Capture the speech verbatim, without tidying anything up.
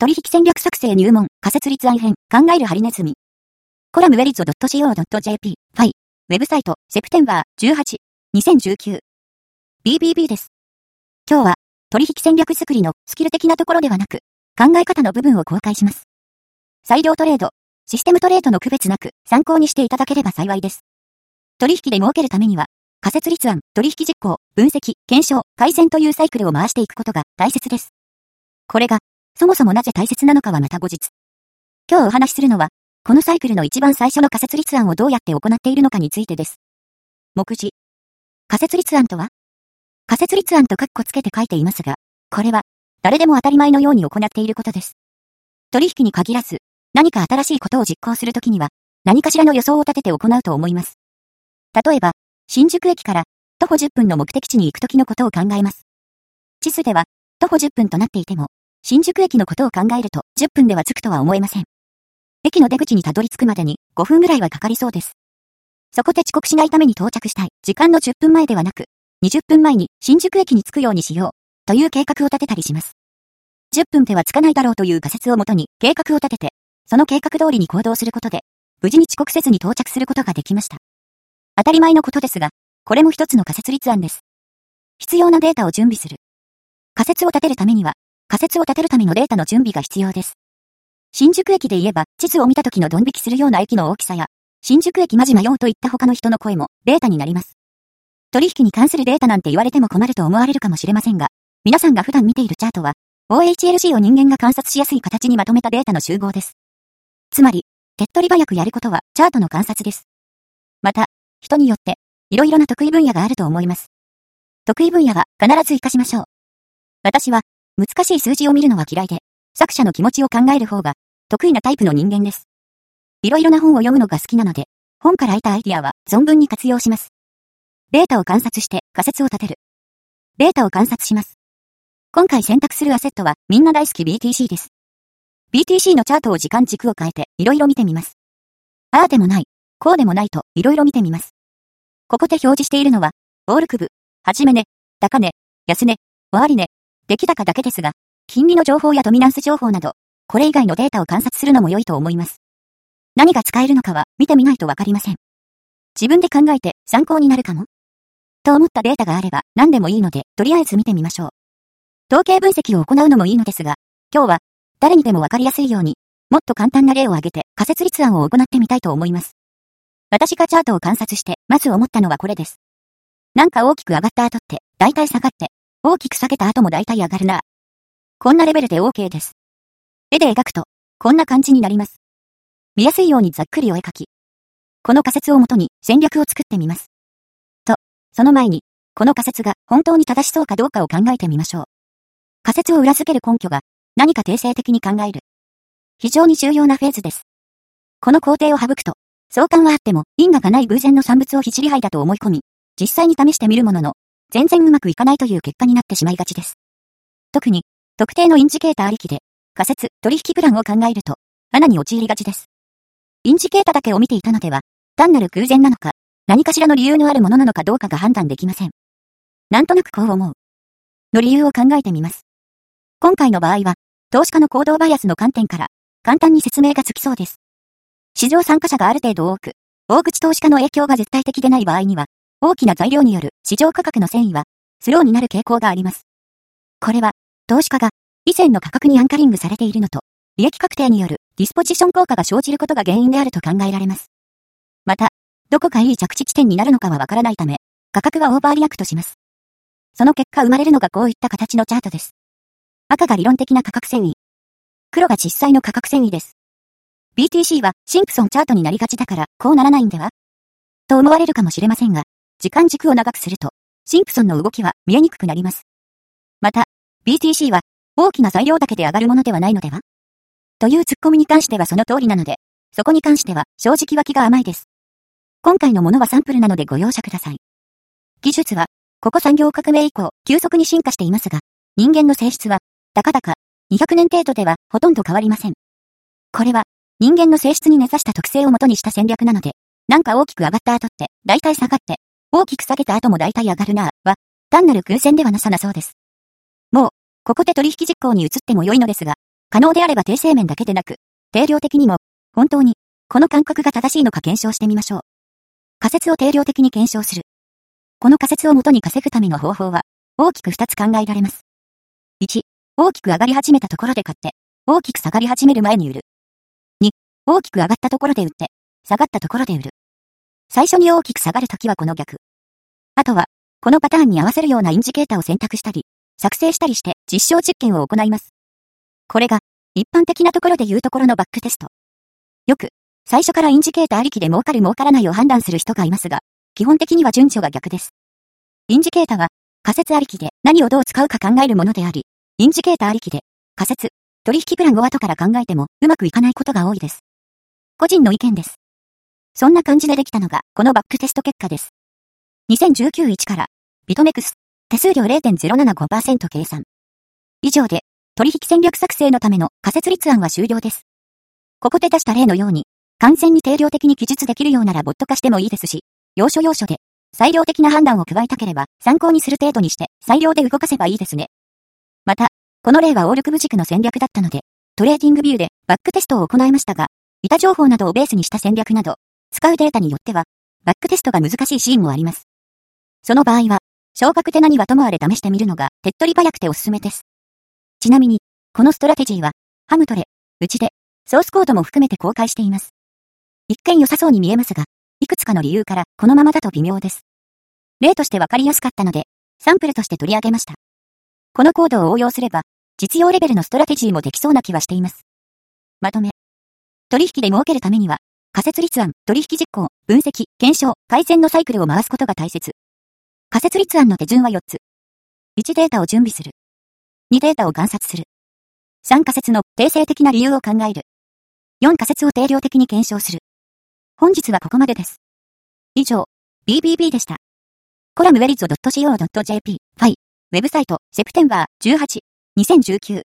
取引戦略作成入門、仮説立案編、考えるハリネズミ。コラムウェリゾ .co.jp、ファイ、ウェブサイト、セプテンバーじゅうはち、にせんじゅうきゅう。ビービービー です。今日は、取引戦略作りのスキル的なところではなく、考え方の部分を公開します。裁量トレード、システムトレードの区別なく参考にしていただければ幸いです。取引で儲けるためには、仮説立案、取引実行、分析、検証、改善というサイクルを回していくことが大切です。これが、そもそもなぜ大切なのかはまた後日。今日お話しするのは、このサイクルの一番最初の仮説立案をどうやって行っているのかについてです。目次。仮説立案とは？仮説立案とカッコつけて書いていますが、これは、誰でも当たり前のように行っていることです。取引に限らず、何か新しいことを実行するときには、何かしらの予想を立てて行うと思います。例えば、新宿駅から徒歩じゅっぷんの目的地に行くときのことを考えます。地図では、徒歩じゅっぷんとなっていても、新宿駅のことを考えるとじゅっぷんでは着くとは思えません。駅の出口にたどり着くまでにごふんぐらいはかかりそうです。そこで遅刻しないために到着したい時間のじゅっぷんまえではなく、にじゅっぷんまえに新宿駅に着くようにしようという計画を立てたりします。じゅっぷんでは着かないだろうという仮説をもとに計画を立てて、その計画通りに行動することで、無事に遅刻せずに到着することができました。当たり前のことですが、これも一つの仮説立案です。必要なデータを準備する。仮説を立てるためには、仮説を立てるためのデータの準備が必要です。新宿駅で言えば、地図を見た時のドン引きするような駅の大きさや、新宿駅マジ迷うといった他の人の声もデータになります。取引に関するデータなんて言われても困ると思われるかもしれませんが、皆さんが普段見ているチャートは、オーエイチエルシー を人間が観察しやすい形にまとめたデータの集合です。つまり、手っ取り早くやることはチャートの観察です。また、人によって、いろいろな得意分野があると思います。得意分野は必ず活かしましょう。私は、難しい数字を見るのは嫌いで、作者の気持ちを考える方が得意なタイプの人間です。いろいろな本を読むのが好きなので、本から得たアイディアは存分に活用します。データを観察して仮説を立てる。データを観察します。今回選択するアセットはみんな大好き ビーティーシー です。ビーティーシー のチャートを時間軸を変えていろいろ見てみます。ああでもない、こうでもないといろいろ見てみます。ここで表示しているのは、オール区分、はじめ値、高値、安値、終値、出来高だけですが、金利の情報やドミナンス情報など、これ以外のデータを観察するのも良いと思います。何が使えるのかは見てみないとわかりません。自分で考えて参考になるかもと思ったデータがあれば何でもいいので、とりあえず見てみましょう。統計分析を行うのもいいのですが、今日は誰にでもわかりやすいように、もっと簡単な例を挙げて仮説立案を行ってみたいと思います。私がチャートを観察して、まず思ったのはこれです。なんか大きく上がった後って、だいたい下がって、大きく下げた後もだいたい上がるな。こんなレベルで OK です。絵で描くと、こんな感じになります。見やすいようにざっくりお絵描き。この仮説をもとに戦略を作ってみます。と、その前に、この仮説が本当に正しそうかどうかを考えてみましょう。仮説を裏付ける根拠が、何か定性的に考える。非常に重要なフェーズです。この工程を省くと、相関はあっても因果がない偶然の産物を非理配だと思い込み、実際に試してみるものの、全然うまくいかないという結果になってしまいがちです。特に、特定のインジケーターありきで、仮説、取引プランを考えると、罠に陥りがちです。インジケータだけを見ていたのでは、単なる偶然なのか、何かしらの理由のあるものなのかどうかが判断できません。なんとなくこう思う。の理由を考えてみます。今回の場合は、投資家の行動バイアスの観点から、簡単に説明がつきそうです。市場参加者がある程度多く、大口投資家の影響が絶対的でない場合には、大きな材料による市場価格の遷移は、スローになる傾向があります。これは、投資家が、以前の価格にアンカリングされているのと、利益確定によるディスポジション効果が生じることが原因であると考えられます。また、どこかいい着地地点になるのかはわからないため、価格はオーバーリアクトします。その結果生まれるのがこういった形のチャートです。赤が理論的な価格遷移。黒が実際の価格遷移です。ビーティーシー はシンプソンチャートになりがちだからこうならないんではと思われるかもしれませんが、時間軸を長くすると、シンプソンの動きは見えにくくなります。また、ビーティーシー は大きな材料だけで上がるものではないのではというツッコミに関してはその通りなので、そこに関しては正直脇が甘いです。今回のものはサンプルなのでご容赦ください。技術は、ここ産業革命以降、急速に進化していますが、人間の性質は、たかだか、にひゃくねん程度ではほとんど変わりません。これは、人間の性質に根ざした特性をもとにした戦略なので、なんか大きく上がった後って、だいたい下がって、大きく下げた後もだいたい上がるなぁは、単なる偶然ではなさなそうです。もう、ここで取引実行に移っても良いのですが、 可能であれば定性面だけでなく、定量的にも、本当に、この感覚が正しいのか検証してみましょう。仮説を定量的に検証する。この仮説をもとに稼ぐための方法は、大きくふたつ考えられます。いち、大きく上がり始めたところで買って、大きく下がり始める前に売る。に、大きく上がったところで売って、下がったところで売る。最初に大きく下がるときはこの逆。あとは、このパターンに合わせるようなインジケーターを選択したり、作成したりして実証実験を行います。これが、一般的なところで言うところのバックテスト。よく、最初からインジケーターありきで儲かる儲からないを判断する人がいますが、基本的には順序が逆です。インジケーターは、仮説ありきで何をどう使うか考えるものであり、インジケーターありきで、仮説、取引プランを後から考えてもうまくいかないことが多いです。個人の意見です。そんな感じでできたのが、このバックテスト結果です。にせんじゅうきゅういちから、ビトメクス、手数料 れいてんゼロななごパーセント 計算。以上で、取引戦略作成のための仮説立案は終了です。ここで出した例のように、完全に定量的に記述できるようならボット化してもいいですし、要所要所で、裁量的な判断を加えたければ、参考にする程度にして、裁量で動かせばいいですね。また、この例はオールクブ軸の戦略だったので、トレーディングビューでバックテストを行いましたが、板情報などをベースにした戦略など、使うデータによっては、バックテストが難しいシーンもあります。その場合は、昇格手何はともあれ試してみるのが手っ取り早くておすすめです。ちなみに、このストラテジーは、ハムトレ、うちで、ソースコードも含めて公開しています。一見良さそうに見えますが、いくつかの理由からこのままだと微妙です。例としてわかりやすかったので、サンプルとして取り上げました。このコードを応用すれば、実用レベルのストラテジーもできそうな気はしています。まとめ。取引で儲けるためには、仮説立案、取引実行、分析、検証、改善のサイクルを回すことが大切。仮説立案の手順はよっつ。いちデータを準備する。にデータを観察する。さん仮説の定性的な理由を考える。よん仮説を定量的に検証する。本日はここまでです。以上、ビービービー でした。コラムウェリッゾ ドットシーオー ドットジェーピー、ファイ、ウェブサイト、セプテンバーじゅうはち、にせんじゅうきゅう。